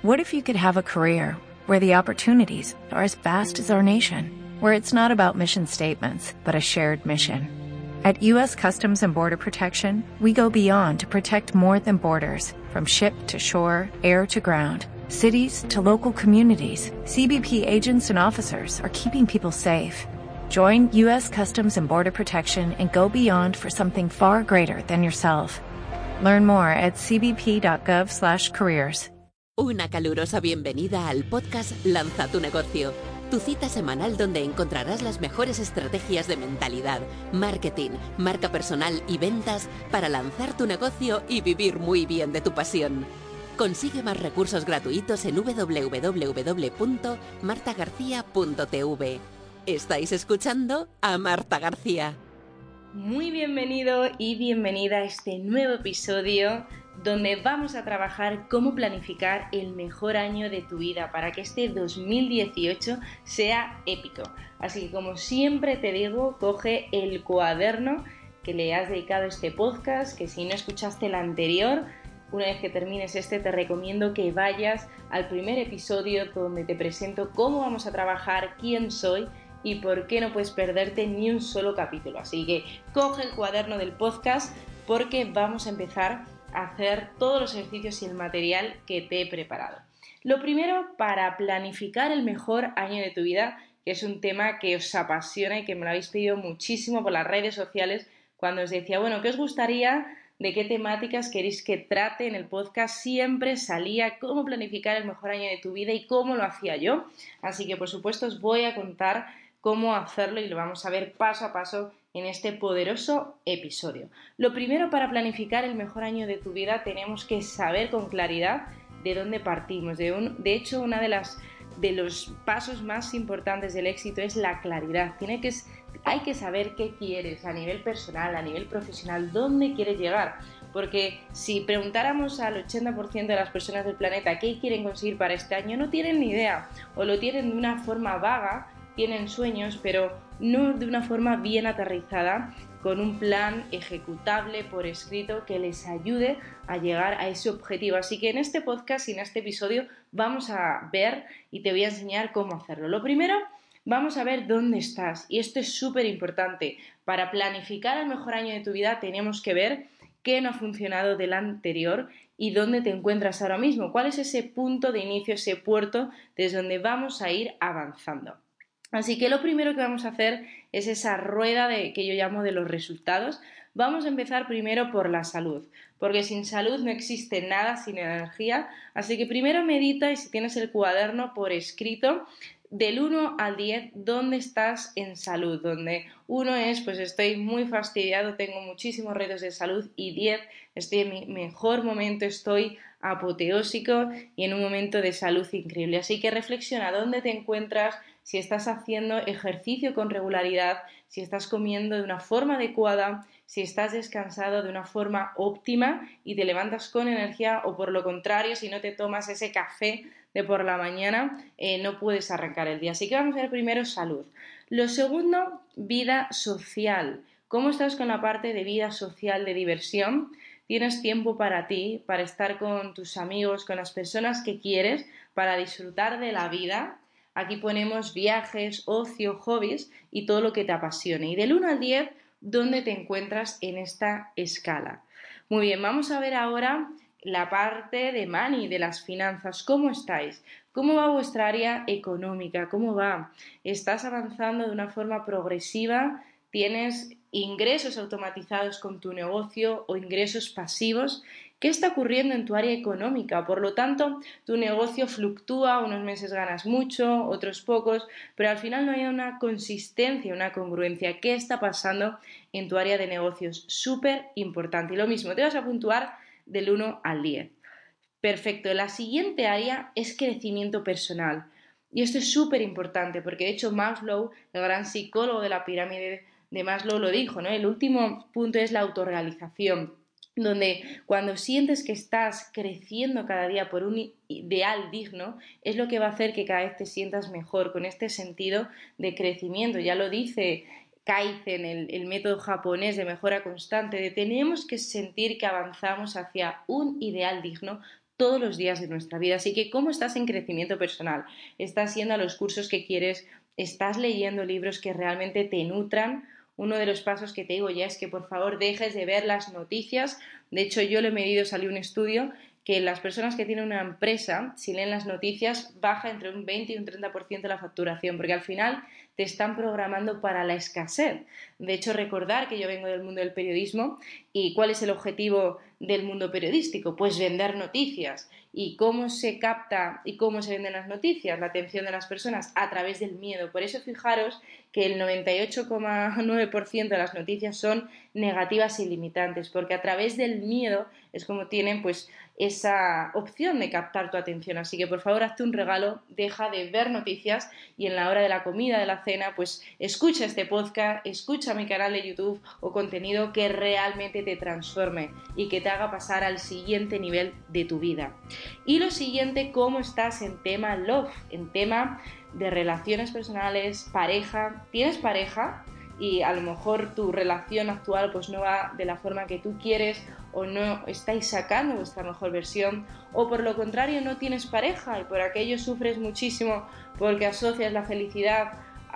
What if you could have a career where the opportunities are as vast as our nation, where it's not about mission statements, but a shared mission? At U.S. Customs and Border Protection, we go beyond to protect more than borders. From ship to shore, air to ground, cities to local communities, CBP agents and officers are keeping people safe. Join U.S. Customs and Border Protection and go beyond for something far greater than yourself. Learn more at cbp.gov/careers. Una calurosa bienvenida al podcast Lanza tu negocio, tu cita semanal donde encontrarás las mejores estrategias de mentalidad, marketing, marca personal y ventas para lanzar tu negocio y vivir muy bien de tu pasión. Consigue más recursos gratuitos en www.martagarcia.tv. ¿Estáis escuchando a Marta García? Muy bienvenido y bienvenida a este nuevo episodio donde vamos a trabajar cómo planificar el mejor año de tu vida para que este 2018 sea épico. Así que como siempre te digo, coge el cuaderno que le has dedicado a este podcast, que si no escuchaste el anterior, una vez que termines este te recomiendo que vayas al primer episodio donde te presento cómo vamos a trabajar, quién soy y por qué no puedes perderte ni un solo capítulo. Así que coge el cuaderno del podcast porque vamos a empezar a hacer todos los ejercicios y el material que te he preparado. Lo primero, para planificar el mejor año de tu vida, que es un tema que os apasiona y que me lo habéis pedido muchísimo por las redes sociales cuando os decía, bueno, ¿qué os gustaría? ¿De qué temáticas queréis que trate en el podcast? Siempre salía cómo planificar el mejor año de tu vida y cómo lo hacía yo. Así que, por supuesto, os voy a contar cómo hacerlo y lo vamos a ver paso a paso en este poderoso episodio. Lo primero, para planificar el mejor año de tu vida tenemos que saber con claridad de dónde partimos. De hecho, una de los pasos más importantes del éxito es la claridad. Hay que saber qué quieres a nivel personal, a nivel profesional, dónde quieres llegar. Porque si preguntáramos al 80% de las personas del planeta qué quieren conseguir para este año, no tienen ni idea o lo tienen de una forma vaga. Tienen sueños, pero no de una forma bien aterrizada, con un plan ejecutable por escrito que les ayude a llegar a ese objetivo. Así que en este podcast y en este episodio vamos a ver y te voy a enseñar cómo hacerlo. Lo primero, vamos a ver dónde estás. Y esto es súper importante. Para planificar el mejor año de tu vida tenemos que ver qué no ha funcionado del anterior y dónde te encuentras ahora mismo. ¿Cuál es ese punto de inicio, ese puerto desde donde vamos a ir avanzando? Así que lo primero que vamos a hacer es esa rueda que yo llamo de los resultados. Vamos a empezar primero por la salud, porque sin salud no existe nada sin energía. Así que primero medita y si tienes el cuaderno por escrito, del 1 al 10, ¿dónde estás en salud? Donde 1 es, pues estoy muy fastidiado, tengo muchísimos retos de salud y 10, estoy en mi mejor momento, estoy apoteósico y en un momento de salud increíble. Así que reflexiona dónde te encuentras, si estás haciendo ejercicio con regularidad, si estás comiendo de una forma adecuada, si estás descansado de una forma óptima y te levantas con energía o por lo contrario, si no te tomas ese café de por la mañana, no puedes arrancar el día. Así que vamos a ver primero salud. Lo segundo, vida social. ¿Cómo estás con la parte de vida social, de diversión? ¿Tienes tiempo para ti, para estar con tus amigos, con las personas que quieres, para disfrutar de la vida? Aquí ponemos viajes, ocio, hobbies y todo lo que te apasione. Y del 1 al 10, ¿dónde te encuentras en esta escala? Muy bien, vamos a ver ahora la parte de money, de las finanzas. ¿Cómo estáis? ¿Cómo va vuestra área económica? ¿Cómo va? ¿Estás avanzando de una forma progresiva? ¿Tienes ingresos automatizados con tu negocio o ingresos pasivos? ¿Qué está ocurriendo en tu área económica? Por lo tanto, tu negocio fluctúa, unos meses ganas mucho, otros pocos, pero al final no hay una consistencia, una congruencia. ¿Qué está pasando en tu área de negocios? Súper importante. Y lo mismo, te vas a puntuar del 1 al 10. Perfecto. La siguiente área es crecimiento personal. Y esto es súper importante porque de hecho Maslow, el gran psicólogo de la pirámide de Maslow, lo dijo, ¿no? El último punto es la autorrealización, donde cuando sientes que estás creciendo cada día por un ideal digno, es lo que va a hacer que cada vez te sientas mejor, con este sentido de crecimiento. Ya lo dice Kaizen, el método japonés de mejora constante, de tenemos que sentir que avanzamos hacia un ideal digno todos los días de nuestra vida. Así que, ¿cómo estás en crecimiento personal? ¿Estás yendo a los cursos que quieres? ¿Estás leyendo libros que realmente te nutran? Uno de los pasos que te digo ya es que por favor dejes de ver las noticias. De hecho, yo lo he medido, salió un estudio que las personas que tienen una empresa, si leen las noticias, baja entre un 20 y un 30% la facturación, porque al final te están programando para la escasez. De hecho, recordar que yo vengo del mundo del periodismo y ¿cuál es el objetivo del mundo periodístico? Pues vender noticias. ¿Y cómo se capta y cómo se venden las noticias? La atención de las personas a través del miedo. Por eso fijaros que el 98,9% de las noticias son negativas y limitantes, porque a través del miedo es como tienen pues esa opción de captar tu atención. Así que por favor hazte un regalo, deja de ver noticias y en la hora de la comida, de la cena, pues escucha este podcast, escucha mi canal de YouTube o contenido que realmente te transforme y que te haga pasar al siguiente nivel de tu vida. Y lo siguiente, ¿cómo estás en tema love? En tema de relaciones personales, pareja. ¿Tienes pareja? Y a lo mejor tu relación actual pues no va de la forma que tú quieres o no estáis sacando vuestra mejor versión, o por lo contrario no tienes pareja y por aquello sufres muchísimo porque asocias la felicidad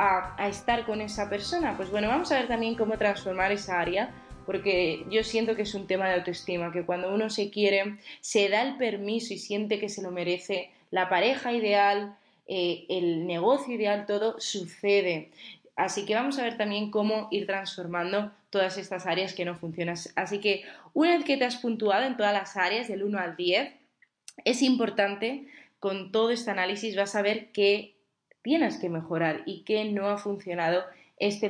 a estar con esa persona. Pues bueno, vamos a ver también cómo transformar esa área, porque yo siento que es un tema de autoestima, que cuando uno se quiere, se da el permiso y siente que se lo merece, la pareja ideal, el negocio ideal, todo sucede. Así que vamos a ver también cómo ir transformando todas estas áreas que no funcionan. Así que una vez que te has puntuado en todas las áreas del 1 al 10, es importante, con todo este análisis vas a ver qué tienes que mejorar y qué no ha funcionado este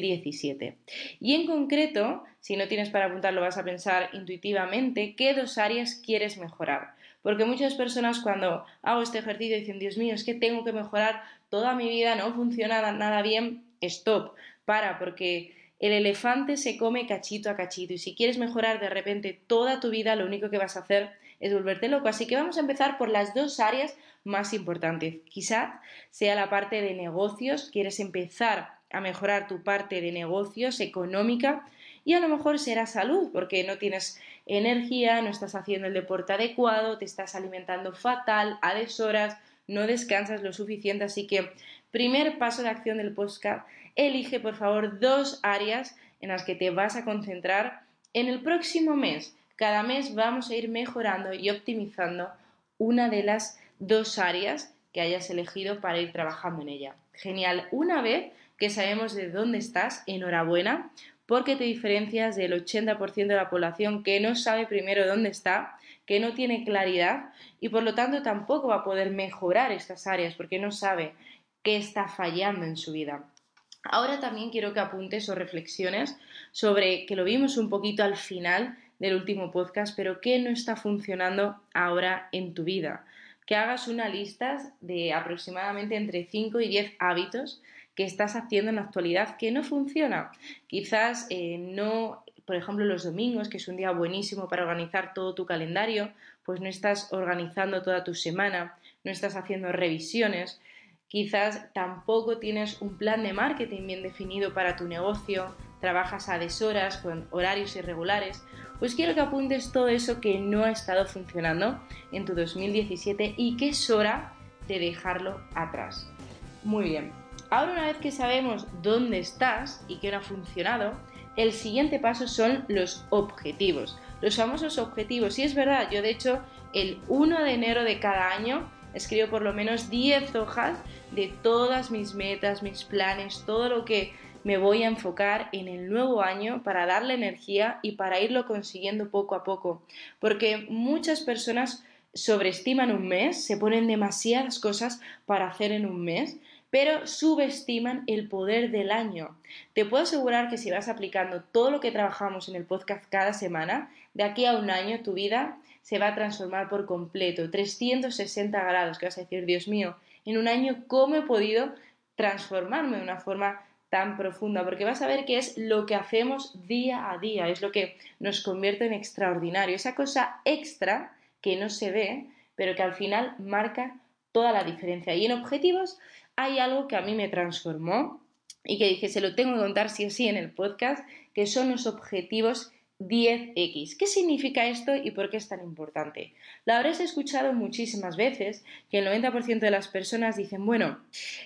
2017. Y en concreto, si no tienes para apuntarlo, vas a pensar intuitivamente qué 2 áreas quieres mejorar. Porque muchas personas cuando hago este ejercicio dicen, Dios mío, es que tengo que mejorar toda mi vida, no funciona nada bien. Stop, porque el elefante se come cachito a cachito y si quieres mejorar de repente toda tu vida, lo único que vas a hacer es volverte loco. Así que vamos a empezar por las 2 áreas más importantes. Quizás sea la parte de negocios, quieres empezar a mejorar tu parte de negocios económica y a lo mejor será salud porque no tienes energía, no estás haciendo el deporte adecuado, te estás alimentando fatal, a deshoras, no descansas lo suficiente. Así que primer paso de acción del podcast, elige por favor 2 áreas en las que te vas a concentrar en el próximo mes. Cada mes vamos a ir mejorando y optimizando una de las 2 áreas que hayas elegido para ir trabajando en ella. Genial, una vez que sabemos de dónde estás, enhorabuena, porque te diferencias del 80% de la población que no sabe primero dónde está, que no tiene claridad y por lo tanto tampoco va a poder mejorar estas áreas porque no sabe qué está fallando en su vida. Ahora también quiero que apuntes o reflexiones sobre, que lo vimos un poquito al final del último podcast, pero qué no está funcionando ahora en tu vida. Que hagas una lista de aproximadamente entre 5 y 10 hábitos que estás haciendo en la actualidad que no funciona. Quizás no, por ejemplo, los domingos, que es un día buenísimo para organizar todo tu calendario, pues no estás organizando toda tu semana, no estás haciendo revisiones. Quizás tampoco tienes un plan de marketing bien definido para tu negocio, trabajas a deshoras con horarios irregulares. Pues quiero que apuntes todo eso que no ha estado funcionando en tu 2017 y que es hora de dejarlo atrás. Muy bien, ahora una vez que sabemos dónde estás y qué no ha funcionado, el siguiente paso son los objetivos. Los famosos objetivos. Y es verdad, yo de hecho el 1 de enero de cada año escribo por lo menos 10 hojas de todas mis metas, mis planes, todo lo que me voy a enfocar en el nuevo año para darle energía y para irlo consiguiendo poco a poco. Porque muchas personas sobreestiman un mes, se ponen demasiadas cosas para hacer en un mes, pero subestiman el poder del año. Te puedo asegurar que si vas aplicando todo lo que trabajamos en el podcast cada semana, de aquí a un año tu vida se va a transformar por completo, 360 grados, que vas a decir, Dios mío, en un año ¿cómo he podido transformarme de una forma tan profunda? Porque vas a ver que es lo que hacemos día a día, es lo que nos convierte en extraordinario, esa cosa extra que no se ve, pero que al final marca toda la diferencia. Y en objetivos hay algo que a mí me transformó y que dije, se lo tengo que contar sí o sí en el podcast, que son los objetivos 10x. ¿Qué significa esto y por qué es tan importante? Lo habrás escuchado muchísimas veces que el 90% de las personas dicen, bueno,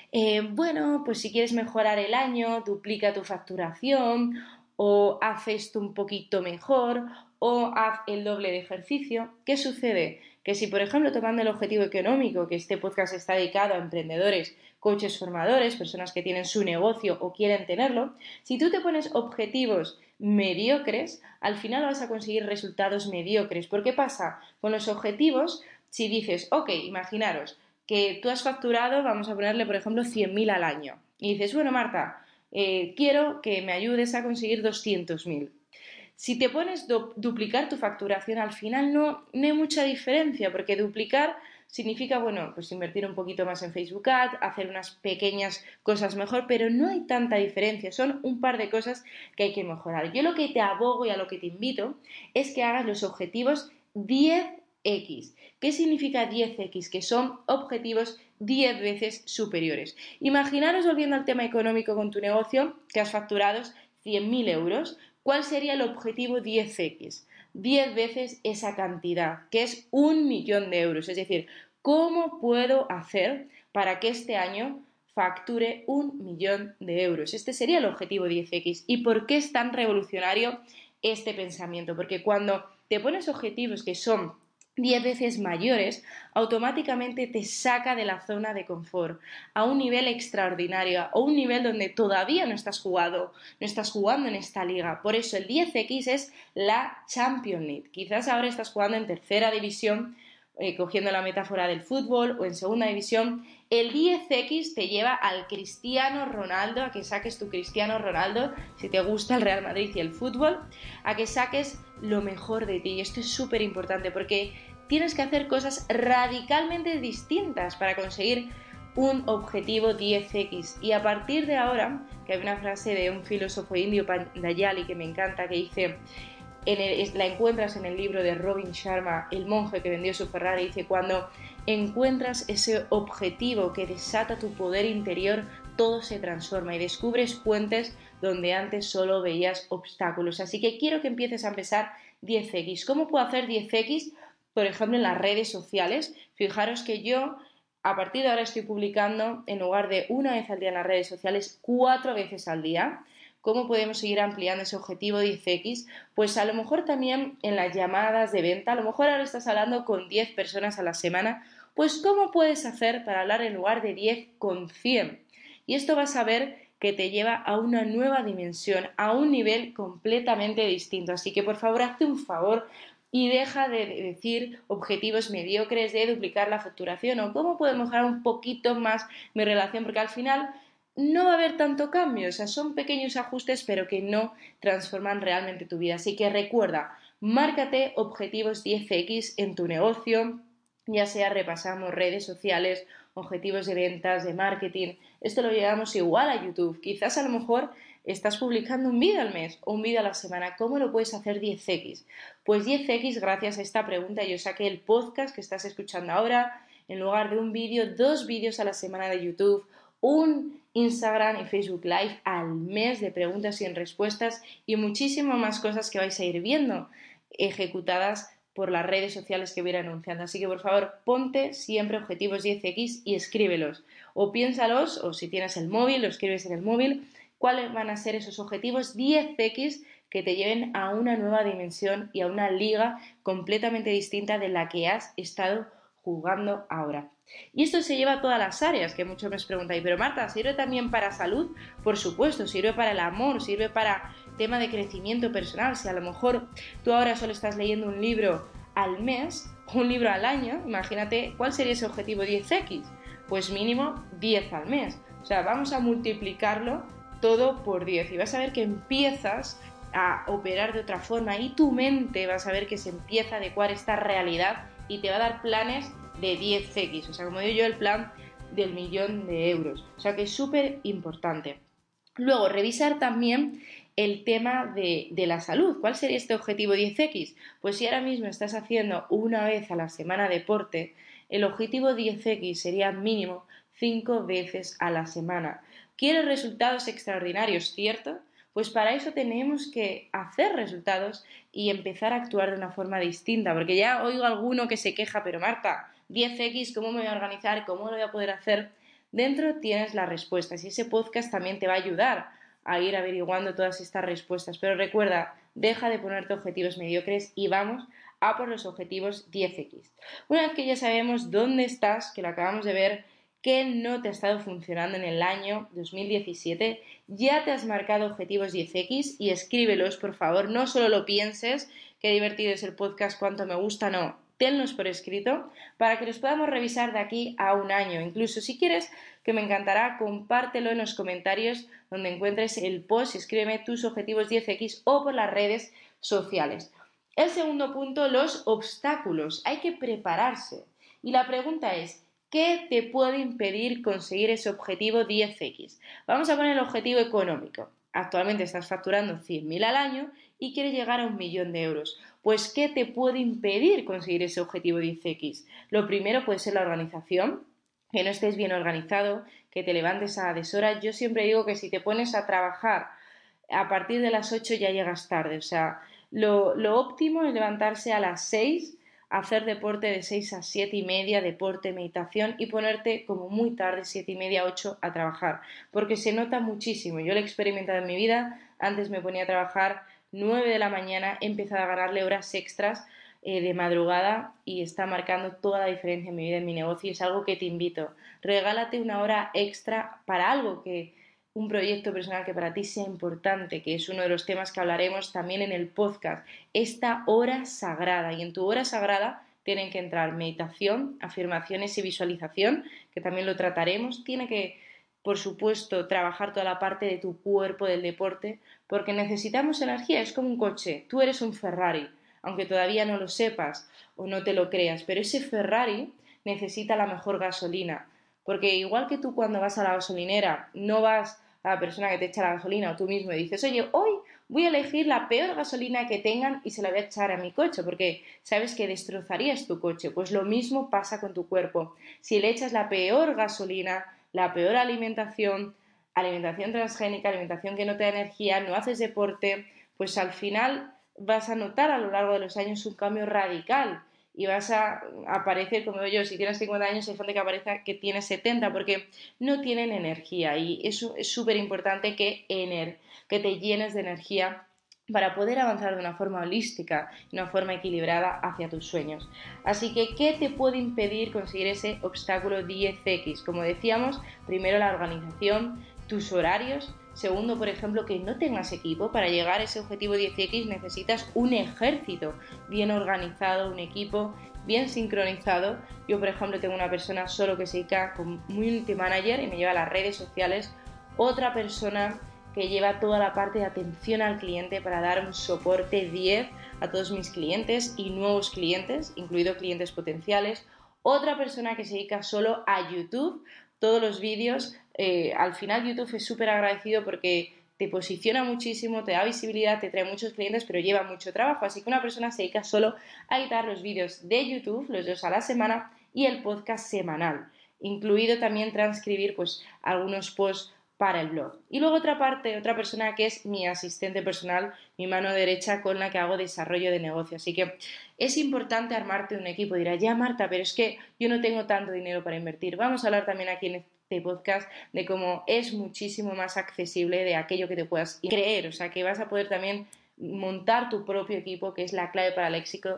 pues si quieres mejorar el año, duplica tu facturación o haz esto un poquito mejor o haz el doble de ejercicio. ¿Qué sucede? Que si, por ejemplo, tomando el objetivo económico, que este podcast está dedicado a emprendedores, coaches formadores, personas que tienen su negocio o quieren tenerlo, si tú te pones objetivos mediocres, al final vas a conseguir resultados mediocres. ¿Por qué pasa? Con los objetivos, si dices, ok, imaginaros que tú has facturado, vamos a ponerle, por ejemplo, 100.000 al año, y dices, bueno, Marta, quiero que me ayudes a conseguir 200.000. Si te pones duplicar tu facturación, al final no hay mucha diferencia, porque duplicar significa, bueno, pues invertir un poquito más en Facebook Ads, hacer unas pequeñas cosas mejor, pero no hay tanta diferencia, son un par de cosas que hay que mejorar. Yo lo que te abogo y a lo que te invito es que hagas los objetivos 10x. ¿Qué significa 10x? Que son objetivos 10 veces superiores. Imaginaros, volviendo al tema económico con tu negocio, que has facturado 100.000 euros. ¿Cuál sería el objetivo 10x? 10 veces esa cantidad, que es 1.000.000 de euros. Es decir, ¿cómo puedo hacer para que este año facture 1.000.000 de euros? Este sería el objetivo 10x. ¿Y por qué es tan revolucionario este pensamiento? Porque cuando te pones objetivos que son 10 veces mayores, automáticamente te saca de la zona de confort a un nivel extraordinario, a un nivel donde todavía no estás jugando en esta liga. Por eso el 10x es la Champions League. Quizás ahora estás jugando en tercera división, cogiendo la metáfora del fútbol, o en segunda división. El 10x te lleva al Cristiano Ronaldo, a que saques tu Cristiano Ronaldo, si te gusta el Real Madrid y el fútbol, a que saques lo mejor de ti. Y esto es súper importante porque tienes que hacer cosas radicalmente distintas para conseguir un objetivo 10x. Y a partir de ahora, que hay una frase de un filósofo indio, Patanjali, que me encanta, que dice, la encuentras en el libro de Robin Sharma, el monje que vendió su Ferrari, dice, cuando encuentras ese objetivo que desata tu poder interior, todo se transforma y descubres puentes donde antes solo veías obstáculos. Así que quiero que empieces a empezar 10x. ¿Cómo puedo hacer 10x? Por ejemplo, en las redes sociales. Fijaros que yo a partir de ahora estoy publicando, en lugar de una vez al día en las redes sociales, 4 veces al día. ¿Cómo podemos seguir ampliando ese objetivo 10x? Pues a lo mejor también en las llamadas de venta, a lo mejor ahora estás hablando con 10 personas a la semana, pues ¿cómo puedes hacer para hablar en lugar de 10 con 100? Y esto vas a ver que te lleva a una nueva dimensión, a un nivel completamente distinto. Así que por favor, hazte un favor y deja de decir objetivos mediocres de duplicar la facturación o cómo puedo mejorar un poquito más mi relación, porque al final no va a haber tanto cambio, o sea, son pequeños ajustes pero que no transforman realmente tu vida. Así que recuerda, márcate objetivos 10x en tu negocio, ya sea repasamos redes sociales, objetivos de ventas, de marketing. Esto lo llevamos igual a YouTube. Quizás a lo mejor estás publicando un vídeo al mes o un vídeo a la semana. ¿Cómo lo puedes hacer 10x? Pues 10x, gracias a esta pregunta, yo saqué el podcast que estás escuchando ahora. En lugar de un vídeo, 2 vídeos a la semana de YouTube, un Instagram y Facebook Live al mes de preguntas y respuestas y muchísimas más cosas que vais a ir viendo ejecutadas por las redes sociales que voy a ir anunciando. Así que por favor, ponte siempre objetivos 10x y escríbelos. O piénsalos, o si tienes el móvil, lo escribes en el móvil, cuáles van a ser esos objetivos 10x que te lleven a una nueva dimensión y a una liga completamente distinta de la que has estado jugando ahora. Y esto se lleva a todas las áreas, que muchos me preguntáis, pero Marta, ¿sirve también para salud? Por supuesto, sirve para el amor, sirve para tema de crecimiento personal. Si a lo mejor tú ahora solo estás leyendo un libro al mes, un libro al año, imagínate cuál sería ese objetivo 10x. Pues mínimo 10 al mes. O sea, vamos a multiplicarlo todo por 10 y vas a ver que empiezas a operar de otra forma y tu mente vas a ver que se empieza a adecuar esta realidad y te va a dar planes de 10x, o sea, como digo yo, el plan del 1.000.000 de euros. O sea que es súper importante. Luego, revisar también el tema de la salud. ¿Cuál sería este objetivo 10x? Pues si ahora mismo estás haciendo una vez a la semana deporte, el objetivo 10x sería mínimo 5 veces a la semana. ¿Quieres resultados extraordinarios, cierto? Pues para eso tenemos que hacer resultados y empezar a actuar de una forma distinta, porque ya oigo a alguno que se queja, pero Marta, 10X, ¿cómo me voy a organizar? ¿Cómo lo voy a poder hacer? Dentro tienes las respuestas y ese podcast también te va a ayudar a ir averiguando todas estas respuestas. Pero recuerda, deja de ponerte objetivos mediocres y vamos a por los objetivos 10X. Una vez que ya sabemos dónde estás, que lo acabamos de ver, que no te ha estado funcionando en el año 2017, ya te has marcado objetivos 10X y escríbelos, por favor, no solo lo pienses, qué divertido es el podcast, cuánto me gusta, no, tenlos por escrito para que los podamos revisar de aquí a un año. Incluso si quieres, que me encantará, compártelo en los comentarios donde encuentres el post y escríbeme tus objetivos 10X o por las redes sociales. El segundo punto, los obstáculos. Hay que prepararse. Y la pregunta es, ¿qué te puede impedir conseguir ese objetivo 10X? Vamos a poner el objetivo económico. Actualmente estás facturando 100.000 al año y quieres llegar a 1.000.000 de euros. Pues, ¿qué te puede impedir conseguir ese objetivo 10X? Lo primero puede ser la organización, que no estés bien organizado, que te levantes a deshoras. Yo siempre digo que si te pones a trabajar a partir de las 8 ya llegas tarde. O sea, lo óptimo es levantarse a las 6, hacer deporte de 6 a 7:30, deporte, meditación y ponerte como muy tarde, 7:30, 8 a trabajar, porque se nota muchísimo. Yo lo he experimentado en mi vida, antes me ponía a trabajar 9 de la mañana, he empezado a ganarle horas extras de madrugada y está marcando toda la diferencia en mi vida, en mi negocio y es algo que te invito. Regálate una hora extra para algo un proyecto personal que para ti sea importante, que es uno de los temas que hablaremos también en el podcast, esta hora sagrada. Y en tu hora sagrada tienen que entrar meditación, afirmaciones y visualización, que también lo trataremos. Tiene que, por supuesto, trabajar toda la parte de tu cuerpo, del deporte, porque necesitamos energía, es como un coche. Tú eres un Ferrari, aunque todavía no lo sepas o no te lo creas, pero ese Ferrari necesita la mejor gasolina. Porque igual que tú cuando vas a la gasolinera no vas a la persona que te echa la gasolina o tú mismo y dices, oye, hoy voy a elegir la peor gasolina que tengan y se la voy a echar a mi coche porque sabes que destrozarías tu coche. Pues lo mismo pasa con tu cuerpo. Si le echas la peor gasolina, la peor alimentación, alimentación transgénica, alimentación que no te da energía, no haces deporte, pues al final vas a notar a lo largo de los años un cambio radical y vas a aparecer, como yo, si tienes 50 años hay gente que aparece que tiene 70 porque no tienen energía y eso es súper importante que te llenes de energía para poder avanzar de una forma holística, de una forma equilibrada hacia tus sueños. Así que, ¿qué te puede impedir conseguir ese obstáculo 10X? Como decíamos, primero la organización, tus horarios. Segundo, por ejemplo, que no tengas equipo. Para llegar a ese objetivo 10X necesitas un ejército bien organizado, un equipo bien sincronizado. Yo, por ejemplo, tengo una persona solo que se dedica como community manager y me lleva a las redes sociales. Otra persona que lleva toda la parte de atención al cliente para dar un soporte 10 a todos mis clientes y nuevos clientes, incluidos clientes potenciales. Otra persona que se dedica solo a YouTube, todos los vídeos. Al final YouTube es súper agradecido porque te posiciona muchísimo, te da visibilidad, te trae muchos clientes, pero lleva mucho trabajo. Así que una persona se dedica solo a editar los vídeos de YouTube, los 2 a la semana, y el podcast semanal, incluido también transcribir pues algunos posts para el blog. Y luego otra persona que es mi asistente personal, mi mano derecha con la que hago desarrollo de negocio. Así que es importante armarte un equipo. Dirás, ya Marta, pero es que yo no tengo tanto dinero para invertir. Vamos a hablar también aquí en este podcast de cómo es muchísimo más accesible de aquello que te puedas creer. O sea, que vas a poder también montar tu propio equipo, que es la clave para el éxito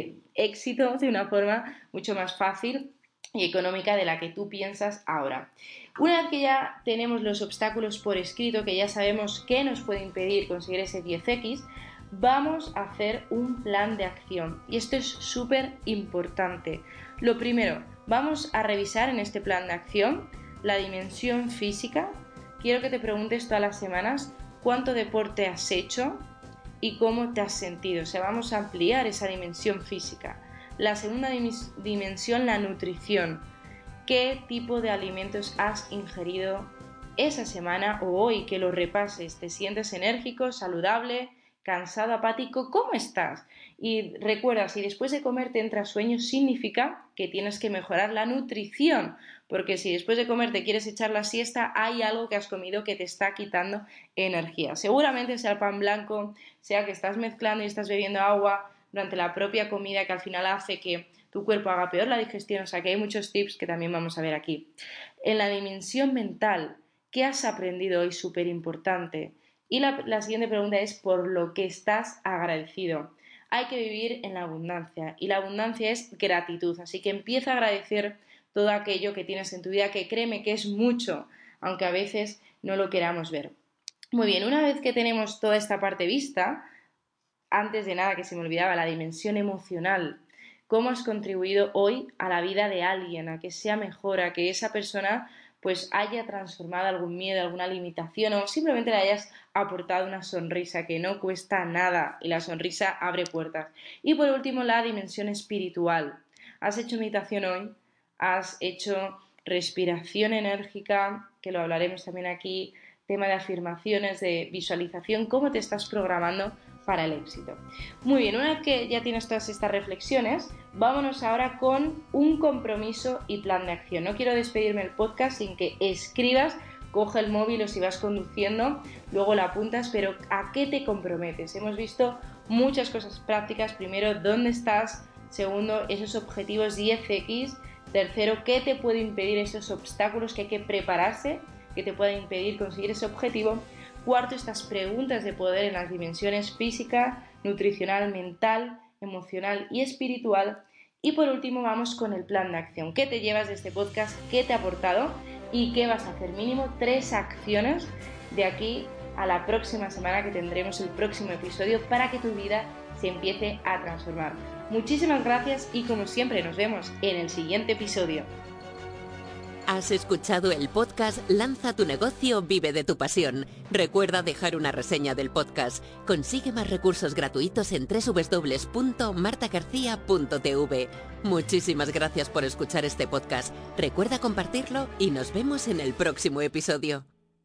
de una forma mucho más fácil y económica de la que tú piensas ahora. Una vez que ya tenemos los obstáculos por escrito, que ya sabemos qué nos puede impedir conseguir ese 10X, vamos a hacer un plan de acción. Y esto es súper importante. Lo primero, vamos a revisar en este plan de acción la dimensión física. Quiero que te preguntes todas las semanas cuánto deporte has hecho y cómo te has sentido. O sea, vamos a ampliar esa dimensión física. La segunda dimensión, la nutrición. ¿Qué tipo de alimentos has ingerido esa semana o hoy? Que lo repases. ¿Te sientes enérgico, saludable? cansado, apático, ¿cómo estás? Y recuerda, si después de comer te entra sueño, significa que tienes que mejorar la nutrición, porque si después de comer te quieres echar la siesta, hay algo que has comido que te está quitando energía. Seguramente sea el pan blanco, sea que estás mezclando y estás bebiendo agua durante la propia comida, que al final hace que tu cuerpo haga peor la digestión. O sea que hay muchos tips que también vamos a ver aquí. En la dimensión mental, ¿qué has aprendido hoy? Súper importante. Y la siguiente pregunta es por lo que estás agradecido. Hay que vivir en la abundancia y la abundancia es gratitud, así que empieza a agradecer todo aquello que tienes en tu vida, que créeme que es mucho, aunque a veces no lo queramos ver. Muy bien, una vez que tenemos toda esta parte vista, antes de nada que se me olvidaba, la dimensión emocional. ¿Cómo has contribuido hoy a la vida de alguien, a que sea mejor, a que esa persona pues haya transformado algún miedo, alguna limitación o simplemente le hayas aportado una sonrisa que no cuesta nada y la sonrisa abre puertas? Y por último, la dimensión espiritual. ¿Has hecho meditación hoy? ¿Has hecho respiración enérgica? Que lo hablaremos también aquí, tema de afirmaciones, de visualización, ¿cómo te estás programando para el éxito? Muy bien, una vez que ya tienes todas estas reflexiones, vámonos ahora con un compromiso y plan de acción. No quiero despedirme del podcast sin que escribas, coge el móvil o si vas conduciendo, luego lo apuntas, pero ¿a qué te comprometes? Hemos visto muchas cosas prácticas. Primero, ¿dónde estás? Segundo, esos objetivos 10X. Tercero, ¿qué te puede impedir esos obstáculos que hay que prepararse, que te pueden impedir conseguir ese objetivo? Cuarto, estas preguntas de poder en las dimensiones física, nutricional, mental, emocional y espiritual. Y por último vamos con el plan de acción. ¿Qué te llevas de este podcast? ¿Qué te ha aportado? ¿Y qué vas a hacer? Mínimo 3 acciones de aquí a la próxima semana, que tendremos el próximo episodio, para que tu vida se empiece a transformar. Muchísimas gracias y como siempre nos vemos en el siguiente episodio. Has escuchado el podcast Lanza tu negocio, vive de tu pasión. Recuerda dejar una reseña del podcast. Consigue más recursos gratuitos en www.martagarcia.tv. Muchísimas gracias por escuchar este podcast. Recuerda compartirlo y nos vemos en el próximo episodio.